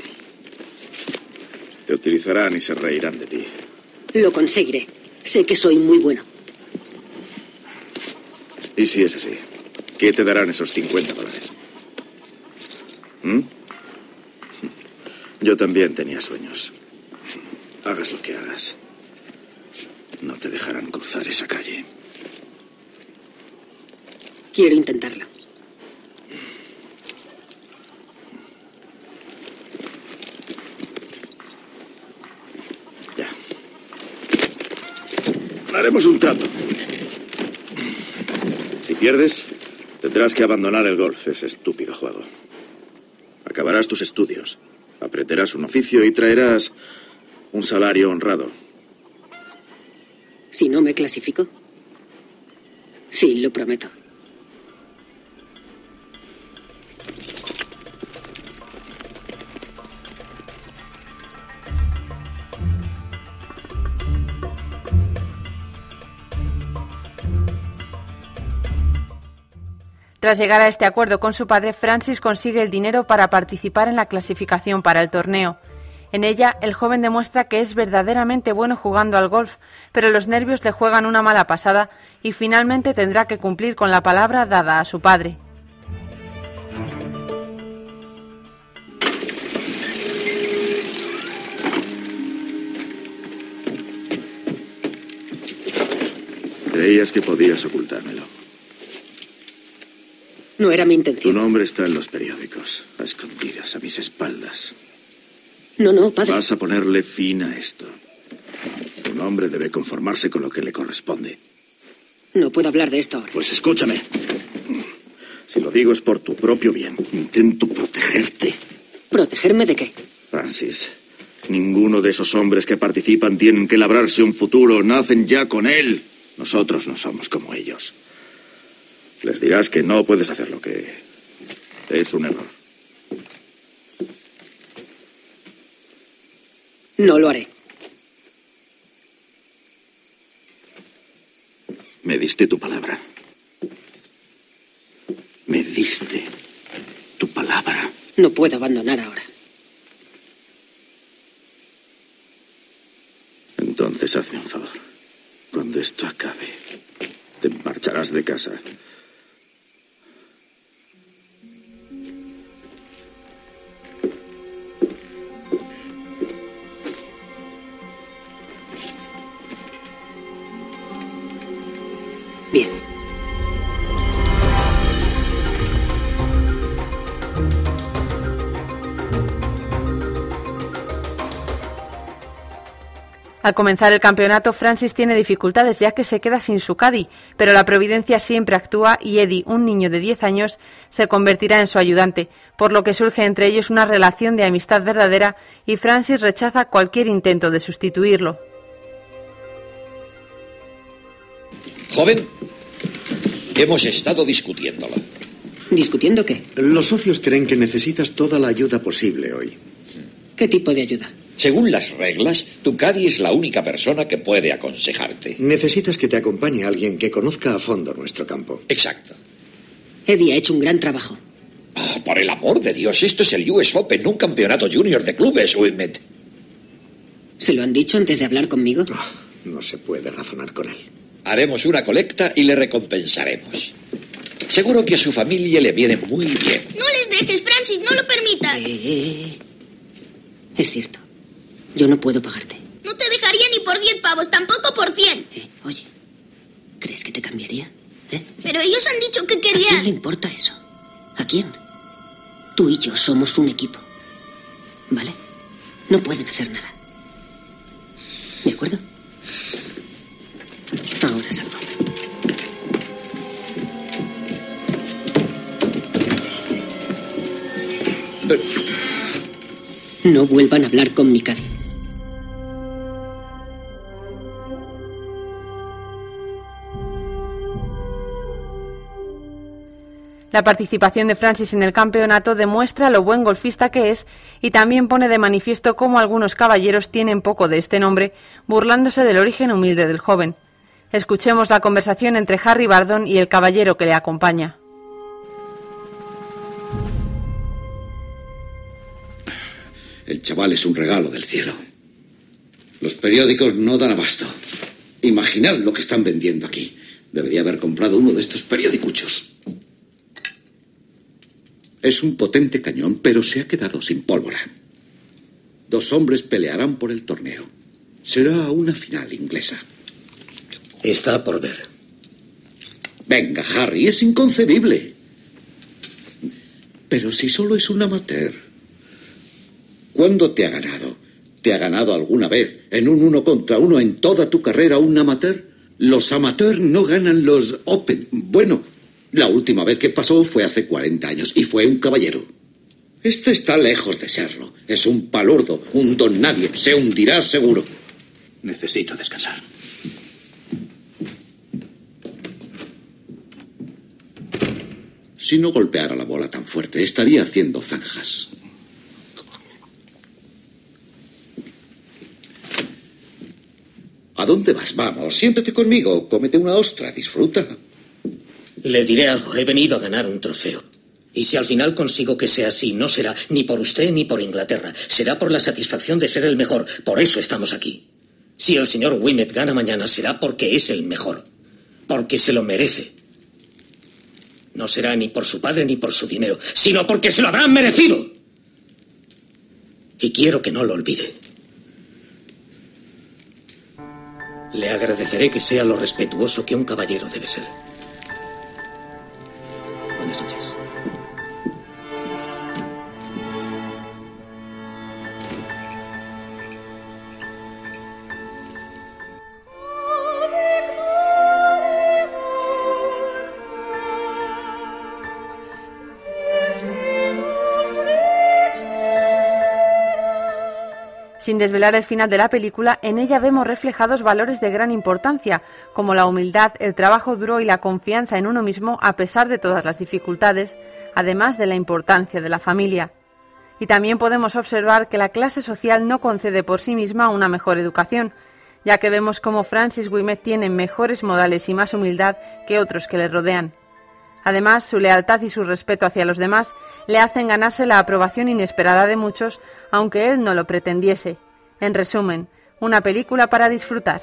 Te utilizarán y se reirán de ti. Lo conseguiré. Sé que soy muy bueno. ¿Y si es así? ¿Qué te darán esos cincuenta dólares? ¿Mm? Yo también tenía sueños. Hagas lo que hagas. No te dejarán cruzar esa calle. Quiero intentarlo. Ya. Haremos un trato. Si pierdes, tendrás que abandonar el golf, ese estúpido juego. Acabarás tus estudios. Aprenderás un oficio y traerás un salario honrado. ¿Si no me clasifico? Sí, lo prometo. Tras llegar a este acuerdo con su padre, Francis consigue el dinero para participar en la clasificación para el torneo. En ella, el joven demuestra que es verdaderamente bueno jugando al golf, pero los nervios le juegan una mala pasada y finalmente tendrá que cumplir con la palabra dada a su padre. Creías que podías ocultármelo. No era mi intención. Tu nombre está en los periódicos, a escondidas, a mis espaldas. No, no, padre. Vas a ponerle fin a esto. Un hombre debe conformarse con lo que le corresponde. No puedo hablar de esto ahora. Pues escúchame. Si lo digo es por tu propio bien. Intento protegerte. ¿Protegerme de qué? Francis, Ninguno de esos hombres que participan tienen que labrarse un futuro, nacen ya con él. Nosotros no somos como ellos. Les dirás que no puedes hacer lo que es un error. No lo haré. Me diste tu palabra. Me diste tu palabra. No puedo abandonar ahora. Entonces hazme un favor. Cuando esto acabe, te marcharás de casa. Bien. Al comenzar el campeonato, Francis tiene dificultades ya que se queda sin su caddy, pero la providencia siempre actúa y Eddie, un niño de diez años, se convertirá en su ayudante, por lo que surge entre ellos una relación de amistad verdadera y Francis rechaza cualquier intento de sustituirlo. Joven, hemos estado discutiéndola. ¿Discutiendo qué? Los socios creen que necesitas toda la ayuda posible hoy. ¿Qué tipo de ayuda? Según las reglas, tu caddy es la única persona que puede aconsejarte. Necesitas que te acompañe alguien que conozca a fondo nuestro campo. Exacto. Eddie ha hecho un gran trabajo. Oh, por el amor de Dios, esto es el U S Open, un campeonato junior de clubes, Wilmette. ¿Se lo han dicho antes de hablar conmigo? Oh, no se puede razonar con él. Haremos una colecta y le recompensaremos. Seguro que a su familia le viene muy bien. No les dejes, Francis, no lo permitas. Eh, eh, eh. Es cierto. Yo no puedo pagarte. No te dejaría ni por diez pavos, tampoco por cien. Eh, oye, ¿crees que te cambiaría? ¿Eh? Pero ellos han dicho que ¿A querían... quién le importa eso? ¿A quién? Tú y yo somos un equipo. ¿Vale? No pueden hacer nada. ¿De acuerdo? Ahora salgo. Pero... No vuelvan a hablar con mi caddy. La participación de Francis en el campeonato demuestra lo buen golfista que es y también pone de manifiesto cómo algunos caballeros tienen poco de este nombre, burlándose del origen humilde del joven. Escuchemos la conversación entre Harry Bardon y el caballero que le acompaña. El chaval es un regalo del cielo. Los periódicos no dan abasto. Imaginad lo que están vendiendo aquí. Debería haber comprado uno de estos periodicuchos. Es un potente cañón, pero se ha quedado sin pólvora. Dos hombres pelearán por el torneo. Será una final inglesa. Está por ver. Venga, Harry, es inconcebible. Pero si solo es un amateur. ¿Cuándo te ha ganado? ¿Te ha ganado alguna vez en un uno contra uno en toda tu carrera un amateur? Los amateurs no ganan los Open. Bueno, la última vez que pasó fue hace cuarenta años y fue un caballero. Este está lejos de serlo. Es un palurdo, un don nadie. Se hundirá seguro. Necesito descansar. Si no golpeara la bola tan fuerte, estaría haciendo zanjas. ¿A dónde vas? Vamos, siéntate conmigo, cómete una ostra, disfruta. Le diré algo, he venido a ganar un trofeo. Y si al final consigo que sea así, no será ni por usted ni por Inglaterra. Será por la satisfacción de ser el mejor. Por eso estamos aquí. Si el señor Wilmette gana mañana, será porque es el mejor. Porque se lo merece. No será ni por su padre ni por su dinero, sino porque se lo habrán merecido. Y quiero que no lo olvide. Le agradeceré que sea lo respetuoso que un caballero debe ser. Buenas noches. Sin desvelar el final de la película, en ella vemos reflejados valores de gran importancia, como la humildad, el trabajo duro y la confianza en uno mismo a pesar de todas las dificultades, además de la importancia de la familia. Y también podemos observar que la clase social no concede por sí misma una mejor educación, ya que vemos cómo Francis Ouimet tiene mejores modales y más humildad que otros que le rodean. Además, su lealtad y su respeto hacia los demás le hacen ganarse la aprobación inesperada de muchos, aunque él no lo pretendiese. En resumen, una película para disfrutar.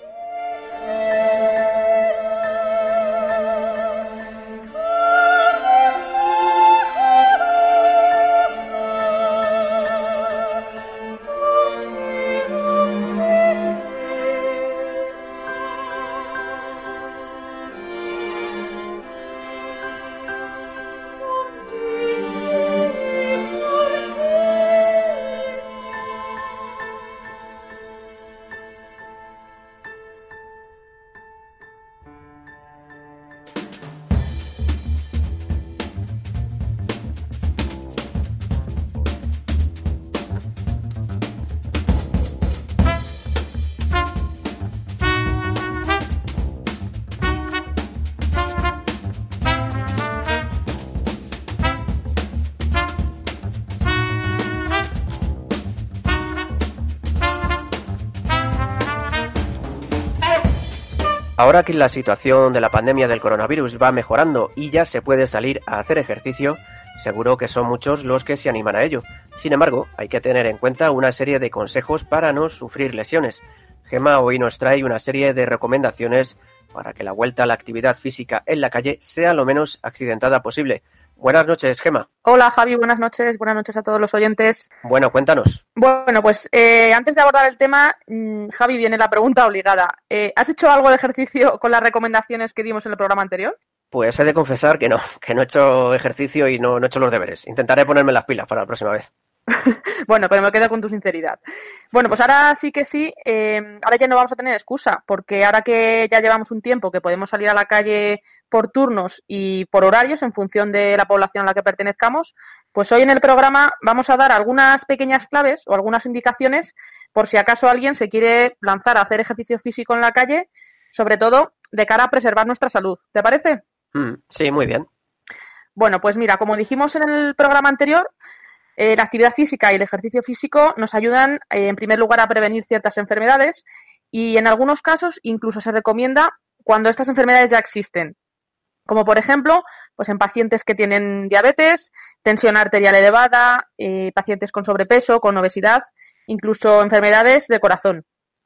Ahora que la situación de la pandemia del coronavirus va mejorando y ya se puede salir a hacer ejercicio, seguro que son muchos los que se animan a ello. Sin embargo, hay que tener en cuenta una serie de consejos para no sufrir lesiones. Gemma hoy nos trae una serie de recomendaciones para que la vuelta a la actividad física en la calle sea lo menos accidentada posible. Buenas noches, Gemma. Hola, Javi, buenas noches. Buenas noches a todos los oyentes. Bueno, cuéntanos. Bueno, pues eh, antes de abordar el tema, mmm, Javi, viene la pregunta obligada. Eh, ¿Has hecho algo de ejercicio con las recomendaciones que dimos en el programa anterior? Pues he de confesar que no, que no he hecho ejercicio y no, no he hecho los deberes. Intentaré ponerme las pilas para la próxima vez. Bueno, pero me quedo con tu sinceridad. Bueno, pues ahora sí que sí, eh, ahora ya no vamos a tener excusa, porque ahora que ya llevamos un tiempo que podemos salir a la calle por turnos y por horarios en función de la población a la que pertenezcamos, pues hoy en el programa vamos a dar algunas pequeñas claves o algunas indicaciones por si acaso alguien se quiere lanzar a hacer ejercicio físico en la calle, sobre todo de cara a preservar nuestra salud. ¿Te parece? Mm, sí, muy bien. Bueno, pues mira, como dijimos en el programa anterior, Eh, la actividad física y el ejercicio físico nos ayudan, eh, en primer lugar, a prevenir ciertas enfermedades y, en algunos casos, incluso se recomienda cuando estas enfermedades ya existen, como, por ejemplo, pues en pacientes que tienen diabetes, tensión arterial elevada, eh, pacientes con sobrepeso, con obesidad, incluso enfermedades del corazón.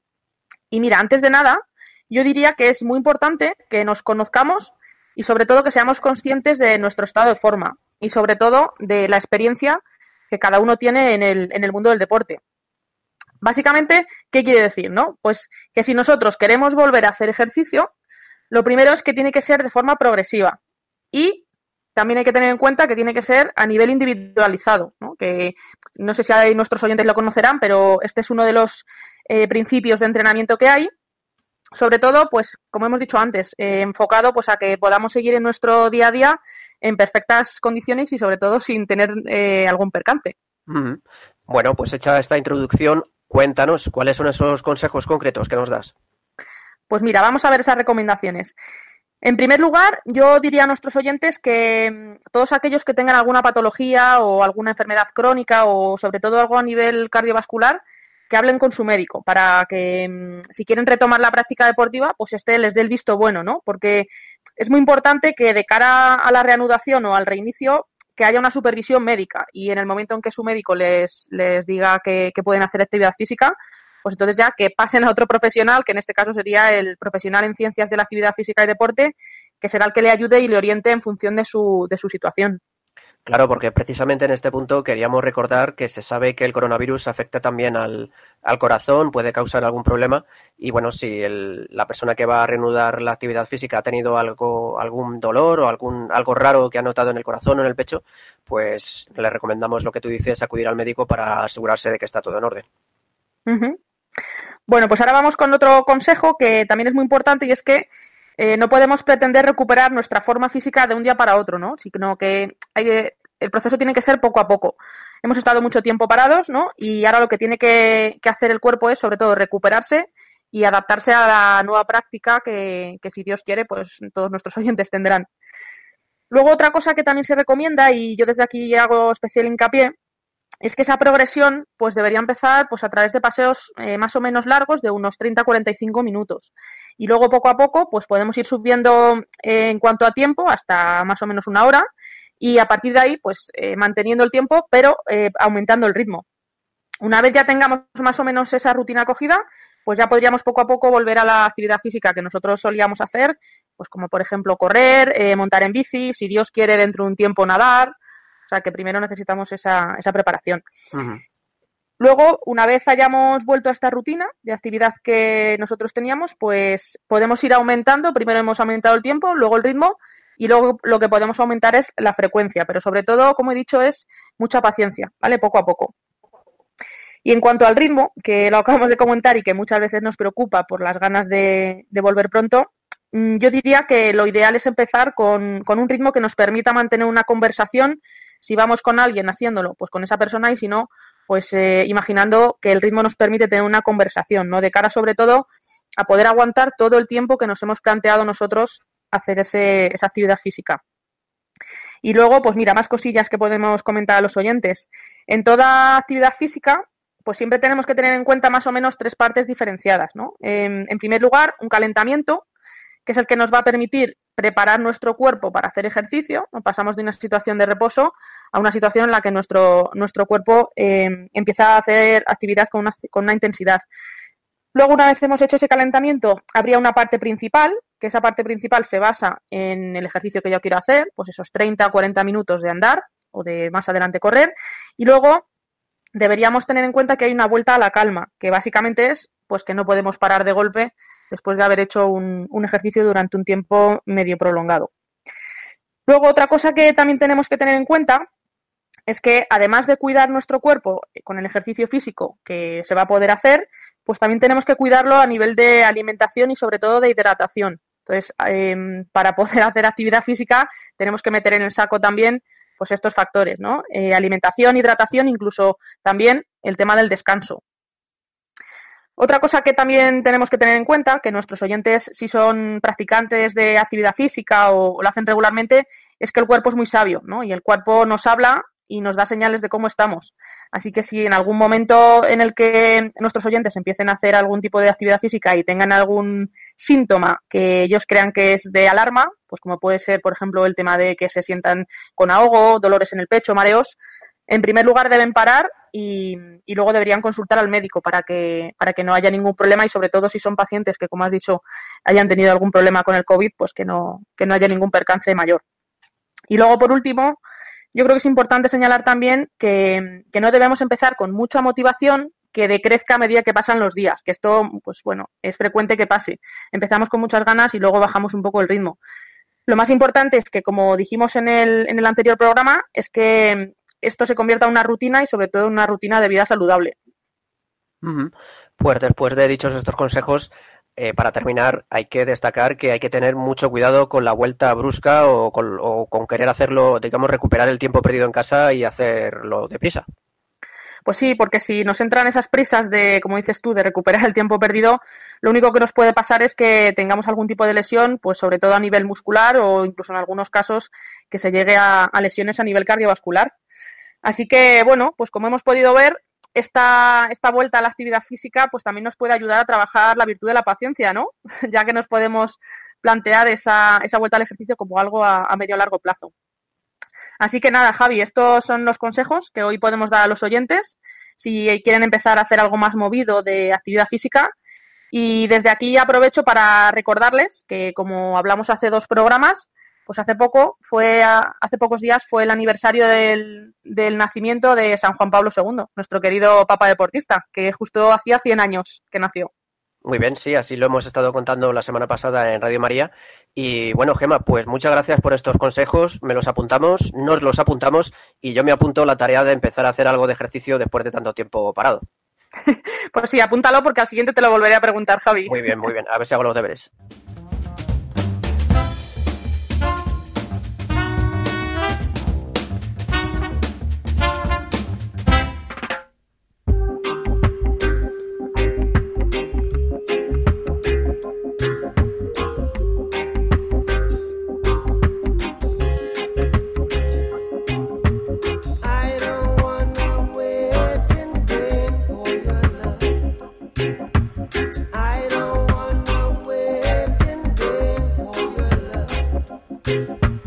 Y mira, antes de nada, yo diría que es muy importante que nos conozcamos y, sobre todo, que seamos conscientes de nuestro estado de forma y, sobre todo, de la experiencia que cada uno tiene en el, en el mundo del deporte. Básicamente, ¿qué quiere decir, no? Pues que si nosotros queremos volver a hacer ejercicio, lo primero es que tiene que ser de forma progresiva y también hay que tener en cuenta que tiene que ser a nivel individualizado, ¿no? Que no sé si hay, nuestros oyentes lo conocerán, pero este es uno de los eh, principios de entrenamiento que hay. Sobre todo, pues, como hemos dicho antes, eh, enfocado pues a que podamos seguir en nuestro día a día en perfectas condiciones y, sobre todo, sin tener eh, algún percance. Mm-hmm. Bueno, pues hecha esta introducción, cuéntanos cuáles son esos consejos concretos que nos das. Pues mira, vamos a ver esas recomendaciones. En primer lugar, yo diría a nuestros oyentes que todos aquellos que tengan alguna patología o alguna enfermedad crónica o, sobre todo, algo a nivel cardiovascular, que hablen con su médico para que, si quieren retomar la práctica deportiva, pues este les dé el visto bueno, ¿no? Porque es muy importante que de cara a la reanudación o al reinicio que haya una supervisión médica y en el momento en que su médico les, les diga que, que pueden hacer actividad física, pues entonces ya que pasen a otro profesional, que en este caso sería el profesional en ciencias de la actividad física y deporte, que será el que le ayude y le oriente en función de su, de su situación. Claro, porque precisamente en este punto queríamos recordar que se sabe que el coronavirus afecta también al, al corazón, puede causar algún problema y bueno, si el, la persona que va a reanudar la actividad física ha tenido algo, algún dolor o algún algo raro que ha notado en el corazón o en el pecho, pues le recomendamos lo que tú dices, acudir al médico para asegurarse de que está todo en orden. Uh-huh. Bueno, pues ahora vamos con otro consejo que también es muy importante y es que Eh, no podemos pretender recuperar nuestra forma física de un día para otro, ¿no? Sino que hay, el proceso tiene que ser poco a poco. hemos estado mucho tiempo parados, ¿no? Y ahora lo que tiene que, que hacer el cuerpo es, sobre todo, recuperarse y adaptarse a la nueva práctica que, que, si Dios quiere, pues todos nuestros oyentes tendrán. Luego, otra cosa que también se recomienda, y yo desde aquí hago especial hincapié, es que esa progresión pues debería empezar pues a través de paseos eh, más o menos largos de unos treinta a cuarenta y cinco minutos. Y luego, poco a poco, pues podemos ir subiendo eh, en cuanto a tiempo hasta más o menos una hora y a partir de ahí, pues eh, manteniendo el tiempo, pero eh, aumentando el ritmo. Una vez ya tengamos más o menos esa rutina cogida, pues ya podríamos poco a poco volver a la actividad física que nosotros solíamos hacer, pues como por ejemplo correr, eh, montar en bici, si Dios quiere dentro de un tiempo nadar. O sea que primero necesitamos esa, esa preparación. Uh-huh. Luego, una vez hayamos vuelto a esta rutina de actividad que nosotros teníamos, pues podemos ir aumentando. Primero hemos aumentado el tiempo, luego el ritmo y luego lo que podemos aumentar es la frecuencia. Pero sobre todo, como he dicho, es mucha paciencia, ¿vale? Poco a poco. Y en cuanto al ritmo, que lo acabamos de comentar y que muchas veces nos preocupa por las ganas de, de volver pronto, yo diría que lo ideal es empezar con, con un ritmo que nos permita mantener una conversación. Si vamos con alguien haciéndolo, pues con esa persona, y si no, pues eh, imaginando que el ritmo nos permite tener una conversación, ¿no? De cara, sobre todo, a poder aguantar todo el tiempo que nos hemos planteado nosotros hacer ese, esa actividad física. Y luego, pues mira, más cosillas que podemos comentar a los oyentes. En toda actividad física, pues siempre tenemos que tener en cuenta más o menos tres partes diferenciadas, ¿no? En, en primer lugar, un calentamiento, que es el que nos va a permitir preparar nuestro cuerpo para hacer ejercicio, ¿no? Pasamos de una situación de reposo a una situación en la que nuestro, nuestro cuerpo eh, empieza a hacer actividad con una, con una intensidad. Luego, una vez hemos hecho ese calentamiento, habría una parte principal, que esa parte principal se basa en el ejercicio que yo quiero hacer, pues esos treinta a cuarenta minutos de andar o de más adelante correr, y luego deberíamos tener en cuenta que hay una vuelta a la calma, que básicamente es pues que no podemos parar de golpe después de haber hecho un, un ejercicio durante un tiempo medio prolongado. Luego, otra cosa que también tenemos que tener en cuenta es que, además de cuidar nuestro cuerpo con el ejercicio físico que se va a poder hacer, pues también tenemos que cuidarlo a nivel de alimentación y sobre todo de hidratación. Entonces, eh, para poder hacer actividad física tenemos que meter en el saco también pues estos factores, ¿no? Eh, alimentación, hidratación, incluso también el tema del descanso. Otra cosa que también tenemos que tener en cuenta, que nuestros oyentes, si son practicantes de actividad física o, o lo hacen regularmente, es que el cuerpo es muy sabio, ¿no? Y el cuerpo nos habla y nos da señales de cómo estamos. Así que si en algún momento en el que nuestros oyentes empiecen a hacer algún tipo de actividad física y tengan algún síntoma que ellos crean que es de alarma, pues como puede ser, por ejemplo, el tema de que se sientan con ahogo, dolores en el pecho, mareos, en primer lugar deben parar y, y luego deberían consultar al médico para que, para que no haya ningún problema y sobre todo si son pacientes que, como has dicho, hayan tenido algún problema con el COVID, pues que no, que no haya ningún percance mayor. Y luego, por último, yo creo que es importante señalar también que, que no debemos empezar con mucha motivación que decrezca a medida que pasan los días, que esto, pues bueno, es frecuente que pase. Empezamos con muchas ganas y luego bajamos un poco el ritmo. Lo más importante es que, como dijimos en el, en el anterior programa, es que esto se convierta en una rutina y sobre todo en una rutina de vida saludable. Uh-huh. Pues después de dichos estos consejos, eh, para terminar hay que destacar que hay que tener mucho cuidado con la vuelta brusca o con, o con querer hacerlo, digamos, recuperar el tiempo perdido en casa y hacerlo deprisa. Pues sí, porque si nos entran esas prisas de, como dices tú, de recuperar el tiempo perdido, lo único que nos puede pasar es que tengamos algún tipo de lesión, pues sobre todo a nivel muscular o incluso en algunos casos que se llegue a, a lesiones a nivel cardiovascular. Así que, bueno, pues como hemos podido ver, esta, esta vuelta a la actividad física pues también nos puede ayudar a trabajar la virtud de la paciencia, ¿no? Ya que nos podemos plantear esa, esa vuelta al ejercicio como algo a, a medio o largo plazo. Así que nada, Javi, estos son los consejos que hoy podemos dar a los oyentes si quieren empezar a hacer algo más movido de actividad física. Y desde aquí aprovecho para recordarles que, como hablamos hace dos programas, pues hace poco, fue hace pocos días fue el aniversario del, del nacimiento de San Juan Pablo segundo, nuestro querido Papa deportista, que justo hacía cien años que nació. Muy bien, sí, así lo hemos estado contando la semana pasada en Radio María. Y bueno, Gemma, pues muchas gracias por estos consejos, me los apuntamos, nos los apuntamos y yo me apunto la tarea de empezar a hacer algo de ejercicio después de tanto tiempo parado. Pues sí, apúntalo porque al siguiente te lo volveré a preguntar, Javi. Muy bien, muy bien, a ver si hago los deberes.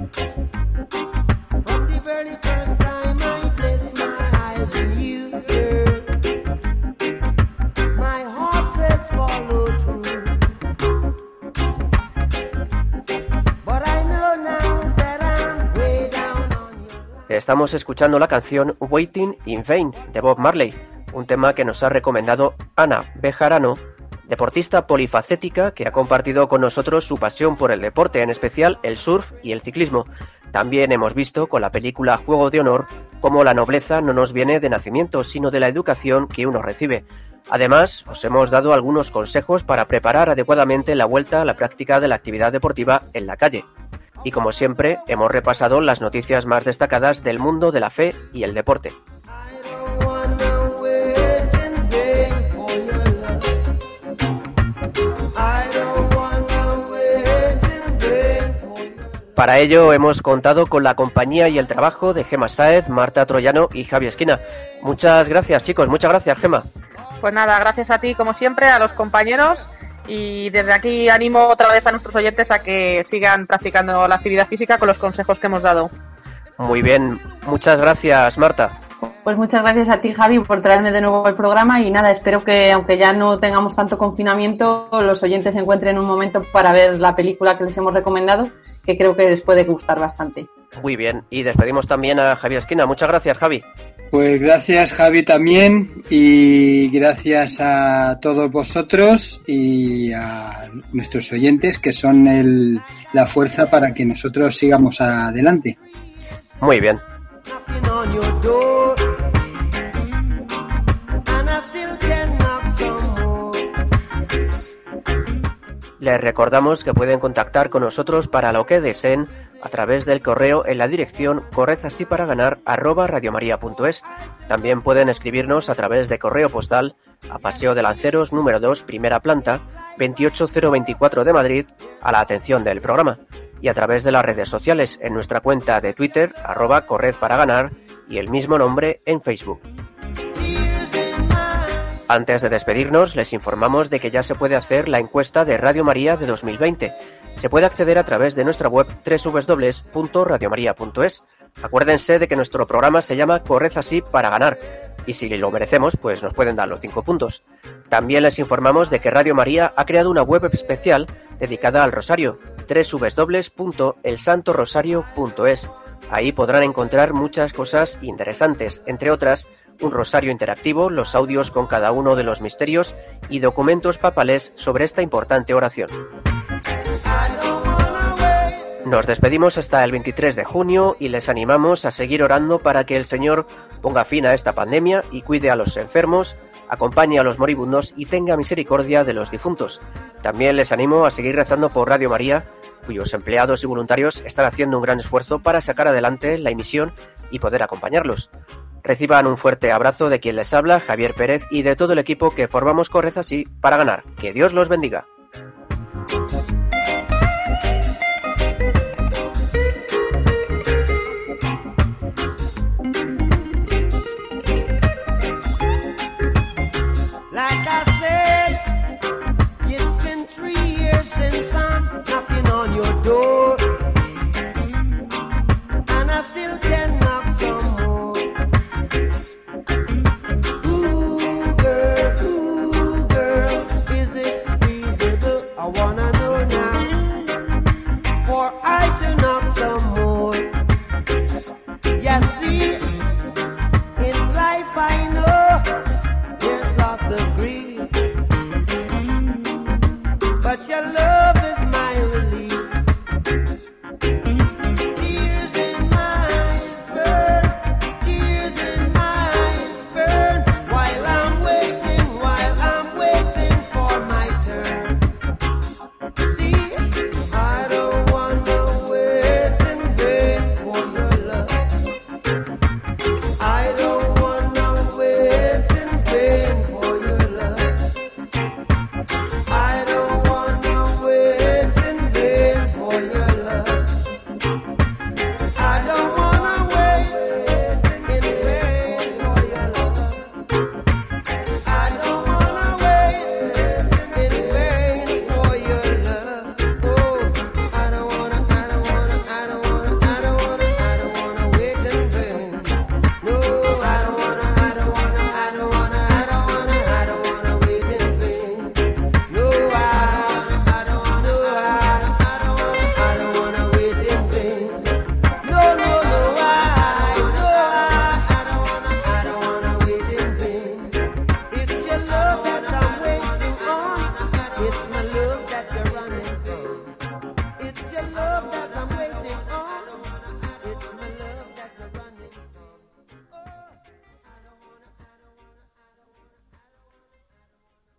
Estamos escuchando la canción Waiting in Vain de Bob Marley, un tema que nos ha recomendado Ana Bejarano, deportista polifacética que ha compartido con nosotros su pasión por el deporte, en especial el surf y el ciclismo. También hemos visto con la película Juego de Honor cómo la nobleza no nos viene de nacimiento, sino de la educación que uno recibe. Además, os hemos dado algunos consejos para preparar adecuadamente la vuelta a la práctica de la actividad deportiva en la calle. Y como siempre, hemos repasado las noticias más destacadas del mundo de la fe y el deporte. Para ello hemos contado con la compañía y el trabajo de Gema Sáez, Marta Troyano y Javi Esquina. Muchas gracias, chicos, muchas gracias, Gema. Pues nada, gracias a ti como siempre, a los compañeros. Y desde aquí animo otra vez a nuestros oyentes a que sigan practicando la actividad física con los consejos que hemos dado. Muy bien, muchas gracias, Marta. Pues muchas gracias a ti, Javi, por traerme de nuevo al programa y nada, espero que aunque ya no tengamos tanto confinamiento, los oyentes encuentren un momento para ver la película que les hemos recomendado, que creo que les puede gustar bastante. Muy bien, y despedimos también a Javi Esquina. Muchas gracias, Javi. Pues gracias, Javi, también, y gracias a todos vosotros y a nuestros oyentes, que son el, la fuerza para que nosotros sigamos adelante. Muy bien. Les recordamos que pueden contactar con nosotros para lo que deseen a través del correo en la dirección correzasiparaganar arroba radiomaria.es. También pueden escribirnos a través de correo postal a Paseo de Lanceros número dos, primera planta, veintiocho mil veinticuatro de Madrid, a la atención del programa, y a través de las redes sociales en nuestra cuenta de Twitter, arroba correzparaganar, y el mismo nombre en Facebook. Antes de despedirnos, les informamos de que ya se puede hacer la encuesta de Radio María de dos mil veinte. Se puede acceder a través de nuestra web doble u doble u doble u punto radiomaria punto es. Acuérdense de que nuestro programa se llama Corred así para ganar, y si lo merecemos, pues nos pueden dar los cinco puntos. También les informamos de que Radio María ha creado una web especial dedicada al Rosario, doble u doble u doble u punto el santo rosario punto es. Ahí podrán encontrar muchas cosas interesantes, entre otras, un rosario interactivo, los audios con cada uno de los misterios y documentos papales sobre esta importante oración. Nos despedimos hasta el veintitrés de junio y les animamos a seguir orando para que el Señor ponga fin a esta pandemia y cuide a los enfermos, acompañe a los moribundos y tenga misericordia de los difuntos. También les animo a seguir rezando por Radio María, cuyos empleados y voluntarios están haciendo un gran esfuerzo para sacar adelante la emisión y poder acompañarlos. Reciban un fuerte abrazo de quien les habla, Javier Pérez, y de todo el equipo que formamos Corred así para ganar. Que Dios los bendiga.